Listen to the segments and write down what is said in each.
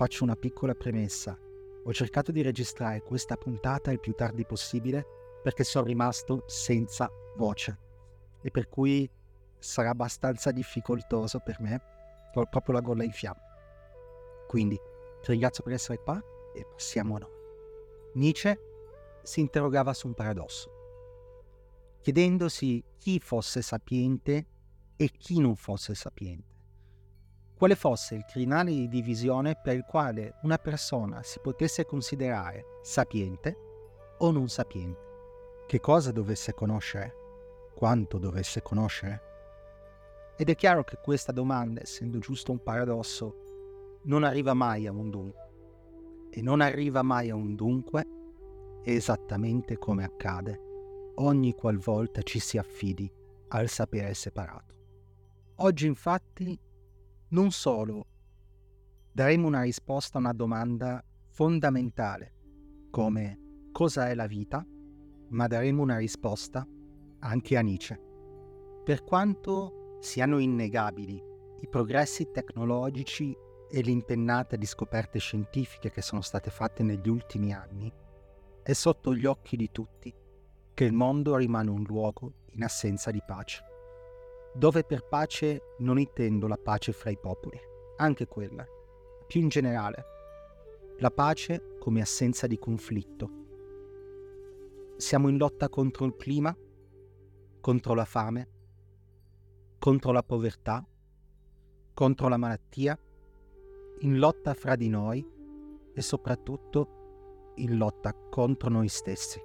faccio una piccola premessa. Ho cercato di registrare questa puntata il più tardi possibile perché sono rimasto senza voce e per cui sarà abbastanza difficoltoso per me, ho proprio la gola in fiamme. Quindi ti ringrazio per essere qua e passiamo a noi. Nietzsche si interrogava su un paradosso, chiedendosi chi fosse sapiente e chi non fosse sapiente. Quale fosse il crinale di divisione per il quale una persona si potesse considerare sapiente o non sapiente? Che cosa dovesse conoscere? Quanto dovesse conoscere? Ed è chiaro che questa domanda, essendo giusto un paradosso, non arriva mai a un dunque. E non arriva mai a un dunque esattamente come accade ogni qualvolta ci si affidi al sapere separato. Oggi infatti non solo daremo una risposta a una domanda fondamentale come cosa è la vita, ma daremo una risposta anche a Nietzsche. Per quanto siano innegabili i progressi tecnologici e l'impennata di scoperte scientifiche che sono state fatte negli ultimi anni, è sotto gli occhi di tutti che il mondo rimane un luogo in assenza di pace, dove per pace non intendo la pace fra i popoli, anche quella, più in generale, la pace come assenza di conflitto. Siamo in lotta contro il clima, contro la fame, contro la povertà, contro la malattia, in lotta fra di noi e soprattutto in lotta contro noi stessi.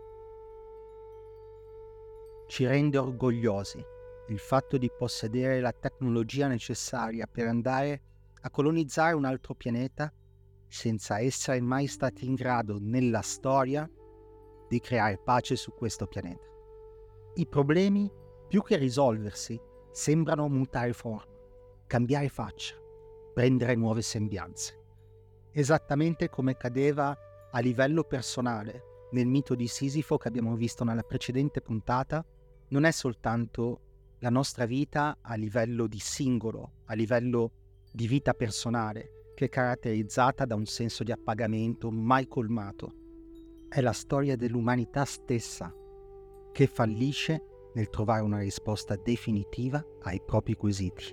Ci rende orgogliosi il fatto di possedere la tecnologia necessaria per andare a colonizzare un altro pianeta senza essere mai stati in grado nella storia di creare pace su questo pianeta. I problemi, più che risolversi, sembrano mutare forma, cambiare faccia, prendere nuove sembianze. Esattamente come cadeva a livello personale nel mito di Sisifo che abbiamo visto nella precedente puntata, non è soltanto la nostra vita a livello di singolo, a livello di vita personale, che è caratterizzata da un senso di appagamento mai colmato. È la storia dell'umanità stessa che fallisce nel trovare una risposta definitiva ai propri quesiti.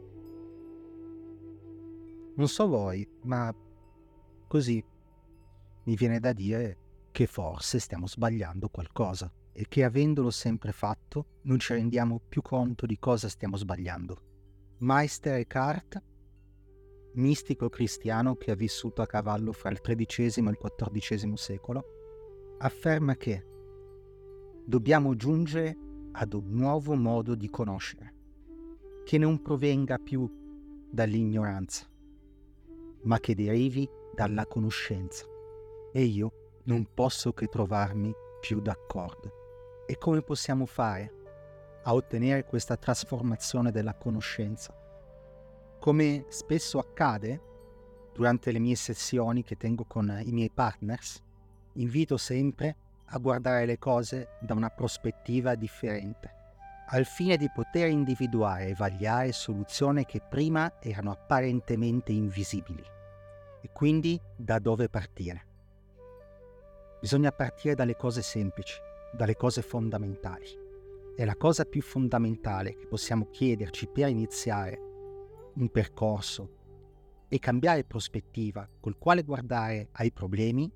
Non so voi, ma così mi viene da dire che forse stiamo sbagliando qualcosa e che avendolo sempre fatto non ci rendiamo più conto di cosa stiamo sbagliando. Meister Eckhart, mistico cristiano che ha vissuto a cavallo fra il XIII e il XIV secolo, afferma che dobbiamo giungere ad un nuovo modo di conoscere, che non provenga più dall'ignoranza, ma che derivi dalla conoscenza. E io non posso che trovarmi più d'accordo. E come possiamo fare a ottenere questa trasformazione della conoscenza? Come spesso accade durante le mie sessioni che tengo con i miei partners, invito sempre a guardare le cose da una prospettiva differente, al fine di poter individuare e vagliare soluzioni che prima erano apparentemente invisibili. E quindi da dove partire? Bisogna partire dalle cose semplici, dalle cose fondamentali. E la cosa più fondamentale che possiamo chiederci per iniziare un percorso e cambiare prospettiva col quale guardare ai problemi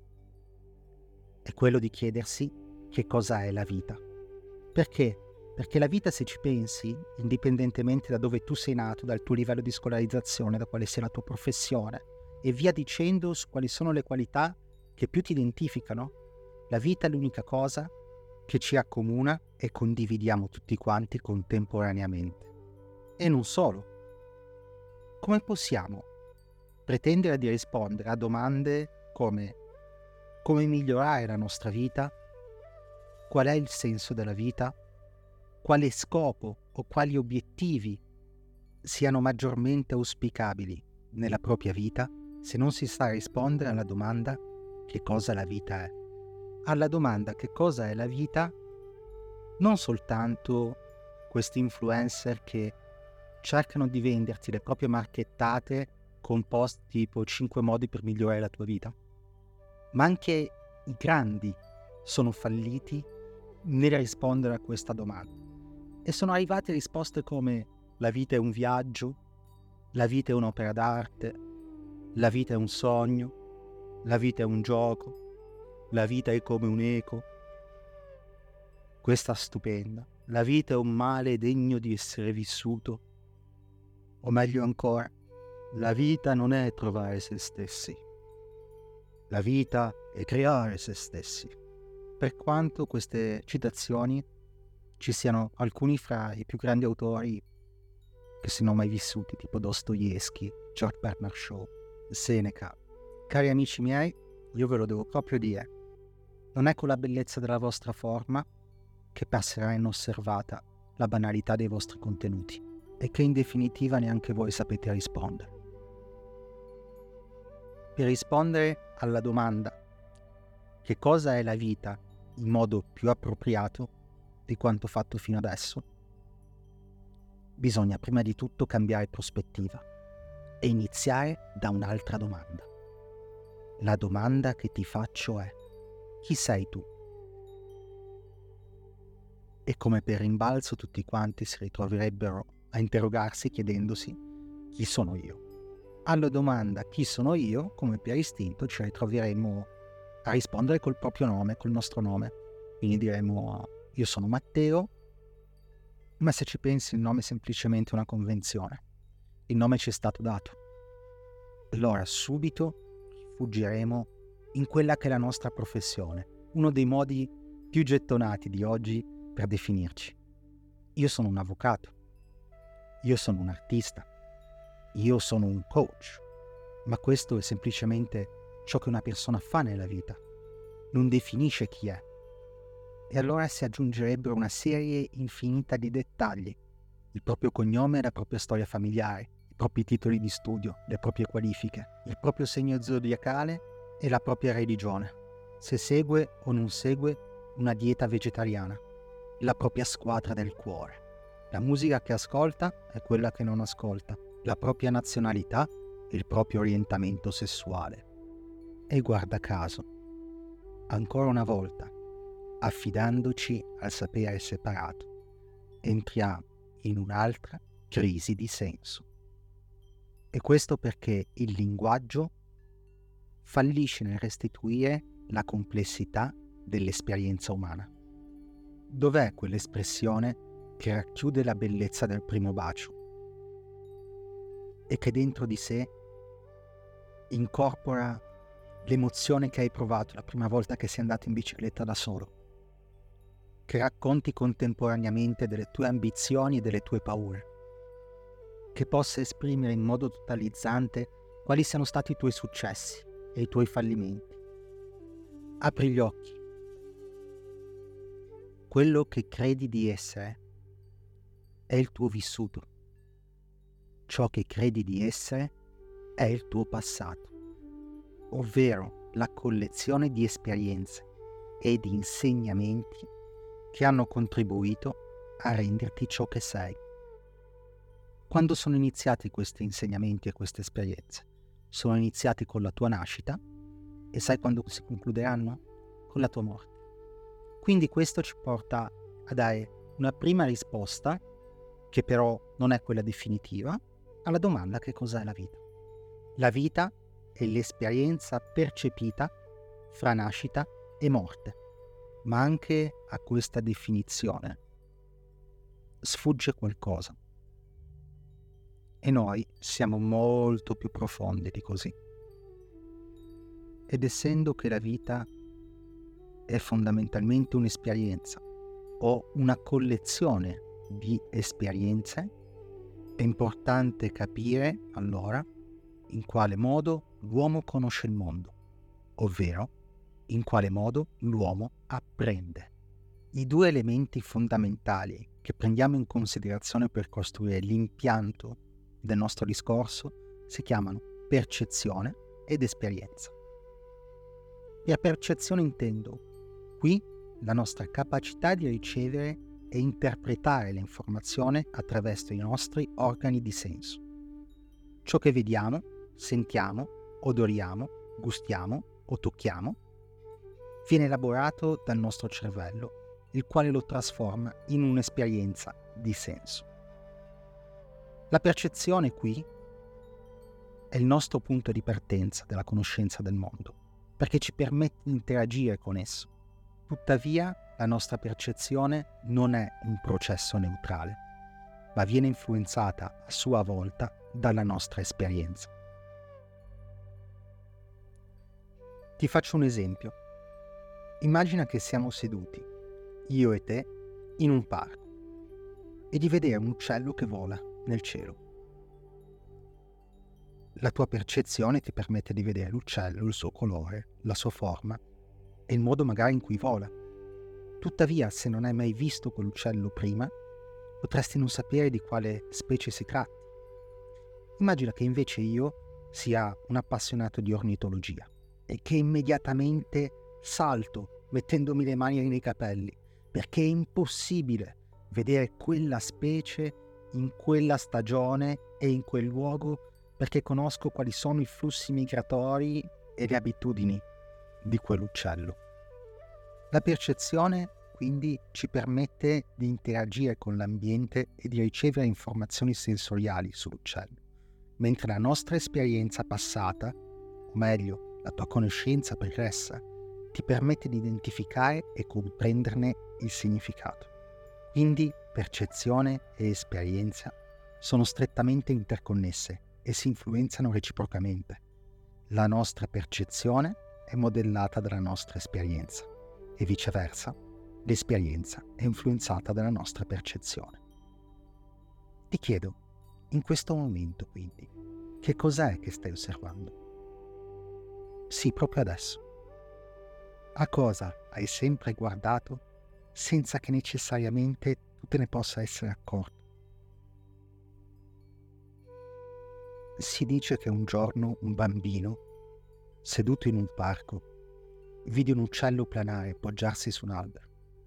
è quello di chiedersi che cosa è la vita. Perché? Perché la vita, se ci pensi, indipendentemente da dove tu sei nato, dal tuo livello di scolarizzazione, da quale sia la tua professione e via dicendo su quali sono le qualità che più ti identificano, la vita è l'unica cosa che ci accomuna e condividiamo tutti quanti contemporaneamente. E non solo. Come possiamo pretendere di rispondere a domande come migliorare la nostra vita? Qual è il senso della vita? Quale scopo o quali obiettivi siano maggiormente auspicabili nella propria vita se non si sa rispondere alla domanda che cosa la vita è? Alla domanda che cosa è la vita non soltanto questi influencer che cercano di venderti le proprie marchettate con post tipo 5 modi per migliorare la tua vita. Ma anche i grandi sono falliti nel rispondere a questa domanda. E sono arrivate risposte come: la vita è un viaggio, la vita è un'opera d'arte, la vita è un sogno, la vita è un gioco, la vita è come un eco. Questa stupenda. La vita è un male degno di essere vissuto. O meglio ancora, la vita non è trovare se stessi. La vita è creare se stessi. Per quanto queste citazioni ci siano alcuni fra i più grandi autori che si sono mai vissuti, tipo Dostoevsky, George Bernard Shaw, Seneca. Cari amici miei, io ve lo devo proprio dire, non è con la bellezza della vostra forma che passerà inosservata la banalità dei vostri contenuti e che in definitiva neanche voi sapete rispondere. Per rispondere alla domanda che cosa è la vita in modo più appropriato di quanto fatto fino adesso, bisogna prima di tutto cambiare prospettiva e iniziare da un'altra domanda. La domanda che ti faccio è: chi sei tu? E come per rimbalzo tutti quanti si ritroverebbero a interrogarsi chiedendosi: chi sono io? Alla domanda chi sono io, come per istinto, ci ritroveremo a rispondere col proprio nome, col nostro nome. Quindi diremo: io sono Matteo, ma se ci pensi il nome è semplicemente una convenzione. Il nome ci è stato dato. Allora subito fuggiremo in quella che è la nostra professione, uno dei modi più gettonati di oggi per definirci. Io sono un avvocato, io sono un artista, io sono un coach, ma questo è semplicemente ciò che una persona fa nella vita, non definisce chi è. E allora si aggiungerebbero una serie infinita di dettagli: il proprio cognome e la propria storia familiare, i propri titoli di studio, le proprie qualifiche, il proprio segno zodiacale e la propria religione, se segue o non segue una dieta vegetariana, la propria squadra del cuore, la musica che ascolta e quella che non ascolta, la propria nazionalità e il proprio orientamento sessuale. E guarda caso, ancora una volta, affidandoci al sapere separato, entriamo in un'altra crisi di senso. E questo perché il linguaggio fallisce nel restituire la complessità dell'esperienza umana. Dov'è quell'espressione che racchiude la bellezza del primo bacio e che dentro di sé incorpora l'emozione che hai provato la prima volta che sei andato in bicicletta da solo, che racconti contemporaneamente delle tue ambizioni e delle tue paure, che possa esprimere in modo totalizzante quali siano stati i tuoi successi e i tuoi fallimenti. Apri gli occhi. Quello che credi di essere è il tuo vissuto. Ciò che credi di essere è il tuo passato, ovvero la collezione di esperienze e di insegnamenti che hanno contribuito a renderti ciò che sei. Quando sono iniziati questi insegnamenti e queste esperienze? Sono iniziati con la tua nascita e sai quando si concluderanno? Con la tua morte. Quindi questo ci porta a dare una prima risposta, che però non è quella definitiva, alla domanda che cos'è la vita. La vita è l'esperienza percepita fra nascita e morte, ma anche a questa definizione sfugge qualcosa. E noi siamo molto più profondi di così. Ed essendo che la vita è fondamentalmente un'esperienza o una collezione di esperienze, è importante capire allora in quale modo l'uomo conosce il mondo, ovvero in quale modo l'uomo apprende. I due elementi fondamentali che prendiamo in considerazione per costruire l'impianto del nostro discorso si chiamano percezione ed esperienza. Per percezione intendo qui la nostra capacità di ricevere e interpretare l'informazione attraverso i nostri organi di senso. Ciò che vediamo, sentiamo, odoriamo, gustiamo o tocchiamo, viene elaborato dal nostro cervello, il quale lo trasforma in un'esperienza di senso. La percezione qui è il nostro punto di partenza della conoscenza del mondo, perché ci permette di interagire con esso. Tuttavia, la nostra percezione non è un processo neutrale, ma viene influenzata a sua volta dalla nostra esperienza. Ti faccio un esempio. Immagina che siamo seduti, io e te, in un parco e di vedere un uccello che vola nel cielo. La tua percezione ti permette di vedere l'uccello, il suo colore, la sua forma e il modo magari in cui vola. Tuttavia, se non hai mai visto quell'uccello prima, potresti non sapere di quale specie si tratti. Immagina che invece io sia un appassionato di ornitologia e che immediatamente salto mettendomi le mani nei capelli, perché è impossibile vedere quella specie in quella stagione e in quel luogo, perché conosco quali sono i flussi migratori e le abitudini di quell'uccello. La percezione quindi ci permette di interagire con l'ambiente e di ricevere informazioni sensoriali sull'uccello, mentre la nostra esperienza passata, o meglio, la tua conoscenza pregressa, ti permette di identificare e comprenderne il significato. Quindi percezione e esperienza sono strettamente interconnesse e si influenzano reciprocamente. La nostra percezione è modellata dalla nostra esperienza e viceversa, l'esperienza è influenzata dalla nostra percezione. Ti chiedo, in questo momento quindi, che cos'è che stai osservando? Sì, proprio adesso. A cosa hai sempre guardato senza che necessariamente tu te ne possa essere accorto? Si dice che un giorno un bambino, seduto in un parco, vide un uccello planare poggiarsi su un albero.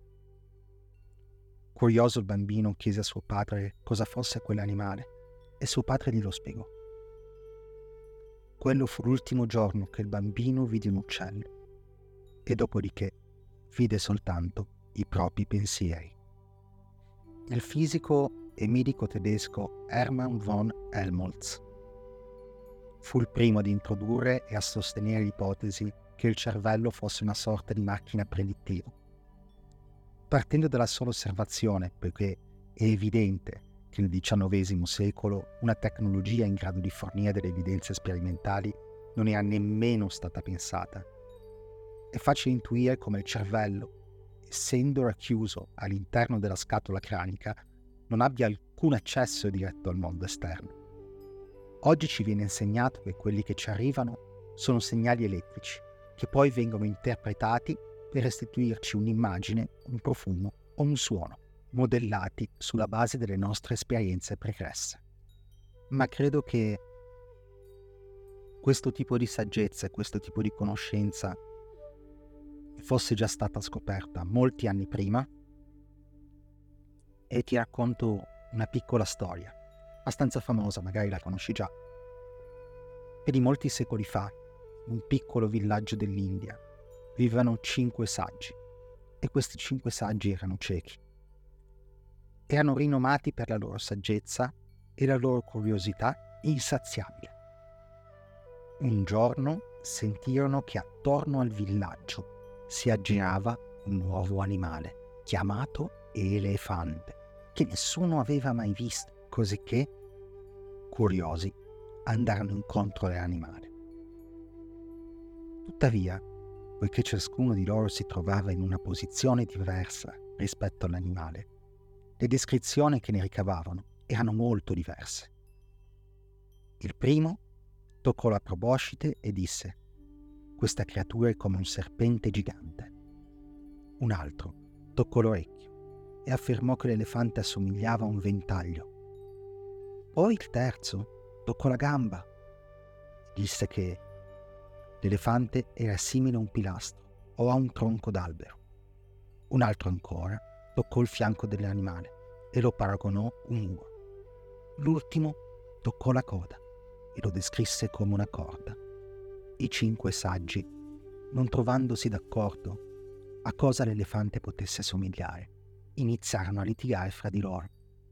Curioso il bambino chiese a suo padre cosa fosse quell'animale e suo padre glielo spiegò. Quello fu l'ultimo giorno che il bambino vide un uccello e dopodiché vide soltanto i propri pensieri. Il fisico e medico tedesco Hermann von Helmholtz fu il primo ad introdurre e a sostenere l'ipotesi che il cervello fosse una sorta di macchina predittiva. Partendo dalla sola osservazione, poiché è evidente che nel XIX secolo una tecnologia in grado di fornire delle evidenze sperimentali non era nemmeno stata pensata, è facile intuire come il cervello, essendo racchiuso all'interno della scatola cranica, non abbia alcun accesso diretto al mondo esterno. Oggi ci viene insegnato che quelli che ci arrivano sono segnali elettrici, che poi vengono interpretati per restituirci un'immagine, un profumo o un suono, modellati sulla base delle nostre esperienze pregresse. Ma credo che questo tipo di saggezza e questo tipo di conoscenza fosse già stata scoperta molti anni prima, e ti racconto una piccola storia, abbastanza famosa, magari la conosci già. E di molti secoli fa, in un piccolo villaggio dell'India, vivevano 5 saggi, e questi 5 saggi erano ciechi. Erano rinomati per la loro saggezza e la loro curiosità insaziabile. Un giorno sentirono che attorno al villaggio si aggirava un nuovo animale, chiamato elefante, che nessuno aveva mai visto, cosicché, curiosi, andarono incontro all'animale. Tuttavia, poiché ciascuno di loro si trovava in una posizione diversa rispetto all'animale, le descrizioni che ne ricavavano erano molto diverse. Il primo toccò la proboscite e disse: «Questa creatura è come un serpente gigante». Un altro toccò l'orecchio e affermò che l'elefante assomigliava a un ventaglio. Poi il terzo toccò la gamba e disse che l'elefante era simile a un pilastro o a un tronco d'albero. Un altro ancora toccò il fianco dell'animale e lo paragonò a un muro. L'ultimo toccò la coda e lo descrisse come una corda. I 5 saggi, non trovandosi d'accordo a cosa l'elefante potesse somigliare, iniziarono a litigare fra di loro.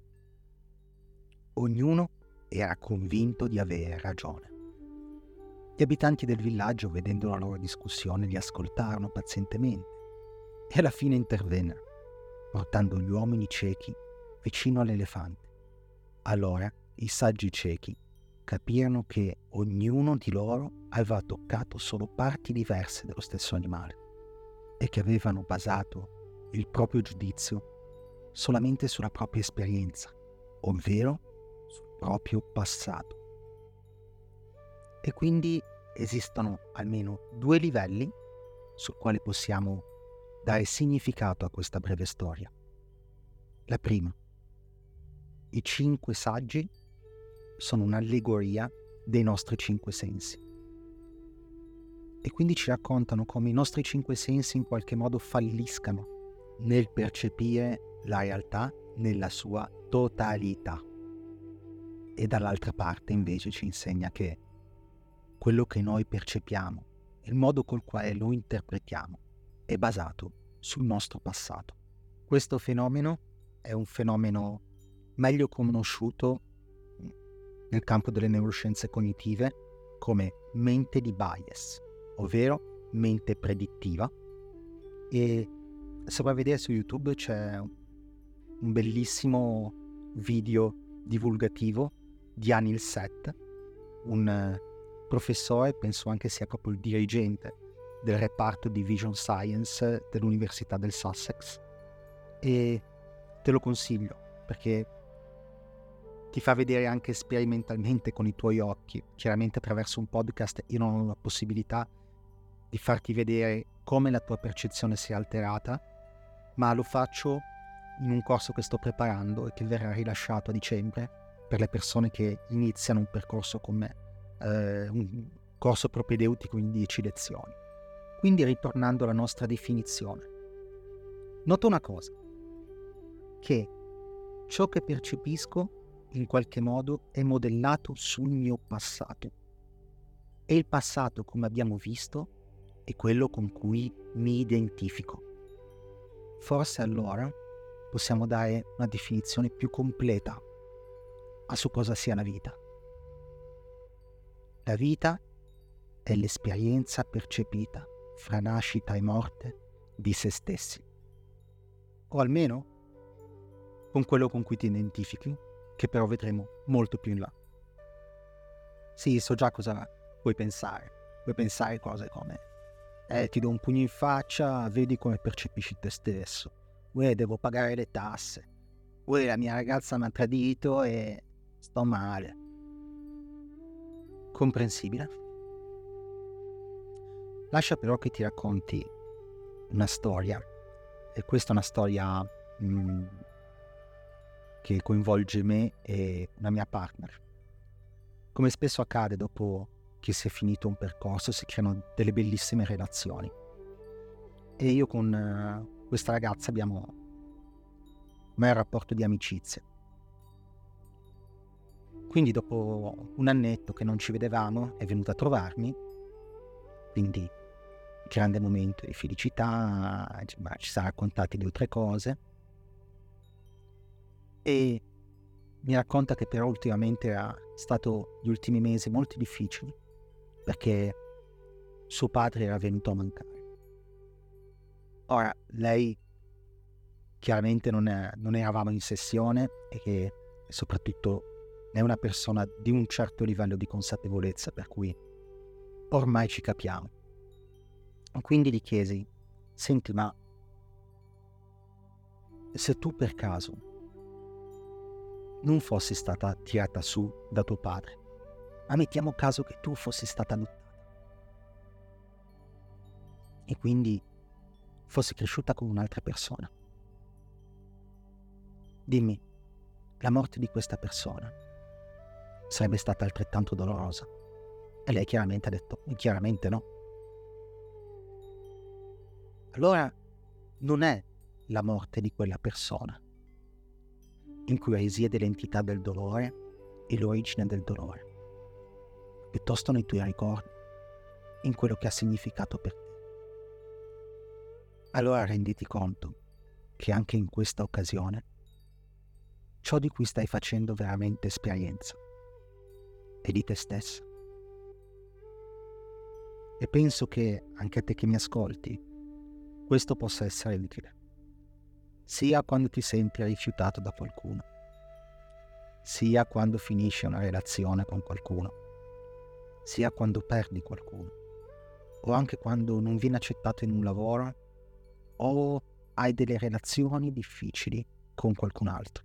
Ognuno era convinto di avere ragione. Gli abitanti del villaggio, vedendo la loro discussione, li ascoltarono pazientemente e alla fine intervennero, portando gli uomini ciechi vicino all'elefante. Allora i saggi ciechi capirono che ognuno di loro aveva toccato solo parti diverse dello stesso animale e che avevano basato il proprio giudizio solamente sulla propria esperienza, ovvero sul proprio passato. E quindi esistono almeno 2 livelli sul quale possiamo dare significato a questa breve storia. La prima: i 5 saggi sono un'allegoria dei nostri 5 sensi. E quindi ci raccontano come i nostri 5 sensi in qualche modo falliscano nel percepire la realtà nella sua totalità. E dall'altra parte invece ci insegna che quello che noi percepiamo, il modo col quale lo interpretiamo, è basato sul nostro passato. Questo fenomeno è un fenomeno meglio conosciuto nel campo delle neuroscienze cognitive come mente di bias, ovvero mente predittiva. E se vai a vedere su YouTube c'è un bellissimo video divulgativo di Anil Seth, un professore, penso anche sia proprio il dirigente del reparto di Vision Science dell'Università del Sussex, e te lo consiglio perché ti fa vedere anche sperimentalmente con i tuoi occhi. Chiaramente attraverso un podcast io non ho la possibilità di farti vedere come la tua percezione si è alterata, ma lo faccio in un corso che sto preparando e che verrà rilasciato a dicembre per le persone che iniziano un percorso con me, un corso propedeutico in 10 lezioni. Quindi, ritornando alla nostra definizione, noto una cosa, che ciò che percepisco in qualche modo è modellato sul mio passato, e il passato, come abbiamo visto, è quello con cui mi identifico. Forse allora possiamo dare una definizione più completa a su cosa sia la vita. La vita è l'esperienza percepita fra nascita e morte di se stessi, o almeno con quello con cui ti identifichi, che però vedremo molto più in là. Sì, so già cosa puoi pensare. Puoi pensare cose come ti do un pugno in faccia, vedi come percepisci te stesso. Devo pagare le tasse. La mia ragazza mi ha tradito e sto male. Comprensibile. Lascia però che ti racconti una storia, e questa è una storia che coinvolge me e una mia partner. Come spesso accade dopo che si è finito un percorso, si creano delle bellissime relazioni. E io con questa ragazza abbiamo un rapporto di amicizia. Quindi dopo un annetto che non ci vedevamo è venuta a trovarmi, quindi grande momento di felicità, ci siamo raccontati 2 o 3 cose, e mi racconta che però ultimamente era stato gli ultimi mesi molto difficili perché suo padre era venuto a mancare. Ora, lei chiaramente non eravamo in sessione, e che soprattutto è una persona di un certo livello di consapevolezza, per cui ormai ci capiamo. Quindi gli chiesi: senti, ma se tu per caso non fossi stata tirata su da tuo padre, ma mettiamo caso che tu fossi stata adottata e quindi fossi cresciuta con un'altra persona, dimmi, la morte di questa persona sarebbe stata altrettanto dolorosa? E lei chiaramente ha detto: chiaramente no. Allora non è la morte di quella persona in cui risiede l'entità del dolore e l'origine del dolore, piuttosto nei tuoi ricordi, in quello che ha significato per te. Allora renditi conto che anche in questa occasione ciò di cui stai facendo veramente esperienza è di te stesso. E penso che anche a te che mi ascolti questo possa essere utile, sia quando ti senti rifiutato da qualcuno, sia quando finisce una relazione con qualcuno, sia quando perdi qualcuno, o anche quando non vieni accettato in un lavoro o hai delle relazioni difficili con qualcun altro.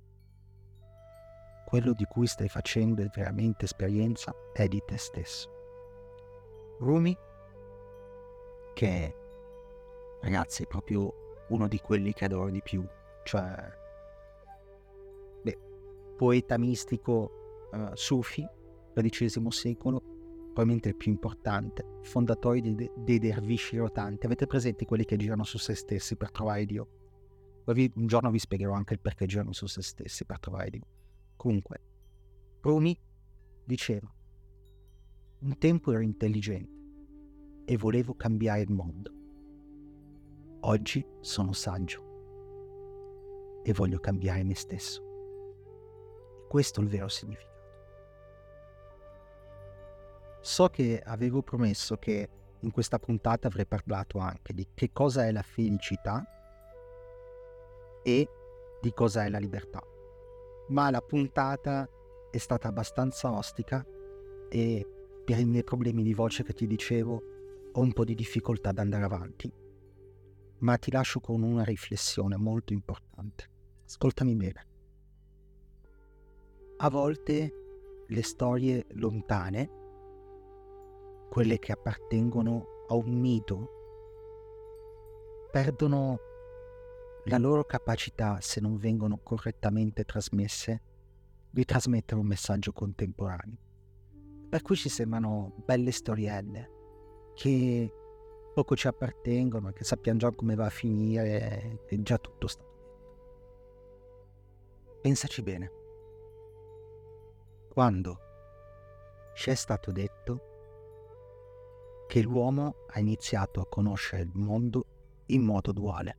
Quello di cui stai facendo veramente esperienza è di te stesso. Rumi, che ragazzi è proprio uno di quelli che adoro di più, cioè poeta mistico Sufi, XIII secolo, probabilmente il più importante, fondatore dei dervisci rotanti. Avete presenti quelli che girano su se stessi per trovare Dio? Un giorno vi spiegherò anche il perché girano su se stessi per trovare Dio. Comunque, Rumi diceva: un tempo ero intelligente e volevo cambiare il mondo. Oggi sono saggio e voglio cambiare me stesso. E questo è il vero significato. So che avevo promesso che in questa puntata avrei parlato anche di che cosa è la felicità e di cosa è la libertà, ma la puntata è stata abbastanza ostica e per i miei problemi di voce che ti dicevo ho un po' di difficoltà ad andare avanti, ma ti lascio con una riflessione molto importante. Ascoltami bene. A volte le storie lontane, quelle che appartengono a un mito, perdono la loro capacità, se non vengono correttamente trasmesse, di trasmettere un messaggio contemporaneo. Per cui ci sembrano belle storielle che poco ci appartengono, che sappiamo già come va a finire, è già tutto stato detto. Pensaci bene. Quando ci è stato detto che l'uomo ha iniziato a conoscere il mondo in modo duale?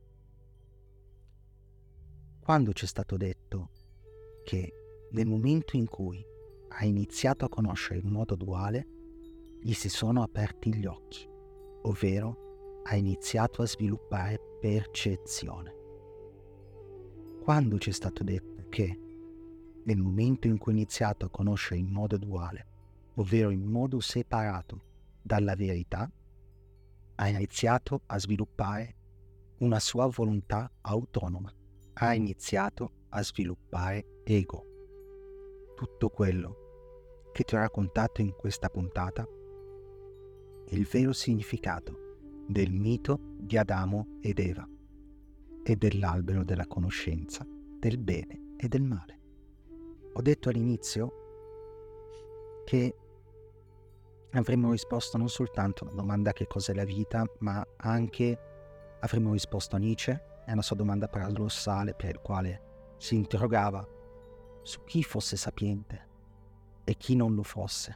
Quando ci è stato detto che nel momento in cui ha iniziato a conoscere in modo duale, gli si sono aperti gli occhi, ovvero ha iniziato a sviluppare percezione. Quando ci è stato detto che nel momento in cui ha iniziato a conoscere in modo duale, ovvero in modo separato dalla verità, ha iniziato a sviluppare una sua volontà autonoma, ha iniziato a sviluppare ego. Tutto quello che ti ho raccontato in questa puntata è il vero significato del mito di Adamo ed Eva e dell'albero della conoscenza del bene e del male. Ho detto all'inizio che avremmo risposto non soltanto alla domanda che cos'è la vita, ma anche avremmo risposto a Nietzsche e alla sua domanda paradossale per il quale si interrogava su chi fosse sapiente e chi non lo fosse.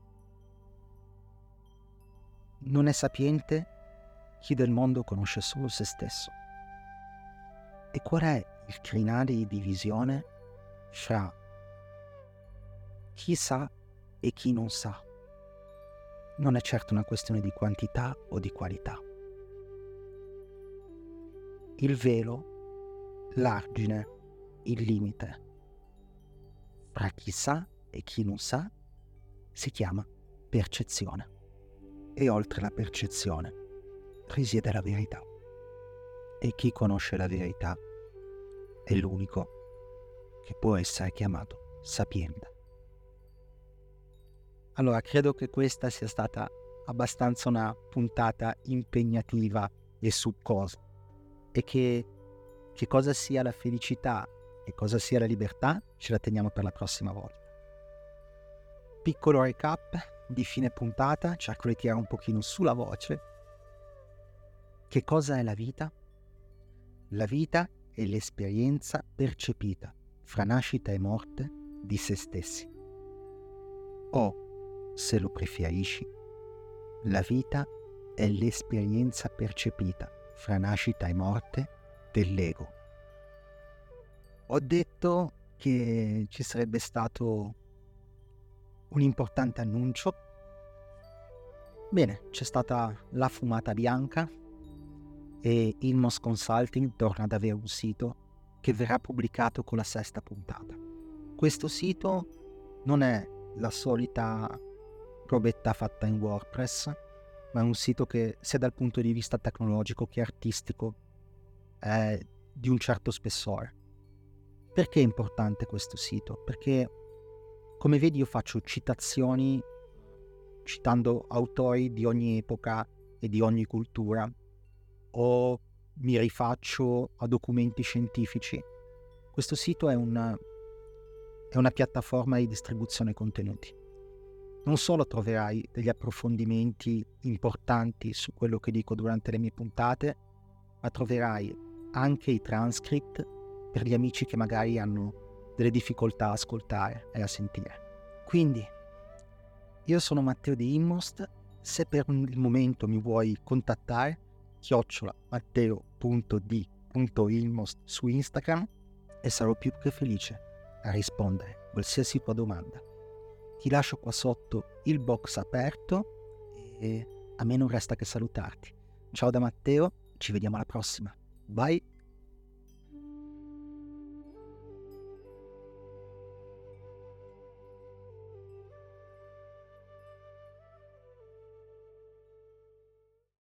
Non è sapiente chi del mondo conosce solo se stesso. E qual è il crinale di divisione fra chi sa e chi non sa? Non è certo una questione di quantità o di qualità. Il velo, l'argine, il limite fra chi sa e chi non sa si chiama percezione. E oltre la percezione risiede la verità. E chi conosce la verità è l'unico che può essere chiamato sapiente. Allora, credo che questa sia stata abbastanza una puntata impegnativa e succosa, e che cosa sia la felicità e cosa sia la libertà ce la teniamo per la prossima volta. Piccolo recap di fine puntata, cerco di tirare un pochino sulla voce. Che cosa è la vita? La vita è l'esperienza percepita fra nascita e morte di se stessi, o se lo preferisci. La vita è l'esperienza percepita fra nascita e morte dell'ego. Ho detto che ci sarebbe stato un importante annuncio. Bene, c'è stata la fumata bianca e Ilmos Consulting torna ad avere un sito che verrà pubblicato con la 6ª puntata. Questo sito non è la solita robetta fatta in WordPress, ma è un sito che sia dal punto di vista tecnologico che artistico è di un certo spessore. Perché è importante questo sito? Perché, come vedi, io faccio citazioni citando autori di ogni epoca e di ogni cultura, o mi rifaccio a documenti scientifici. Questo sito è una piattaforma di distribuzione contenuti. Non solo troverai degli approfondimenti importanti su quello che dico durante le mie puntate, ma troverai anche i transcript per gli amici che magari hanno delle difficoltà a ascoltare e a sentire. Quindi, io sono Matteo di Immost. Se per il momento mi vuoi contattare, @matteo.d.ilmost su Instagram, e sarò più che felice a rispondere a qualsiasi tua domanda. Ti lascio qua sotto il box aperto e a me non resta che salutarti. Ciao da Matteo, ci vediamo alla prossima. Bye!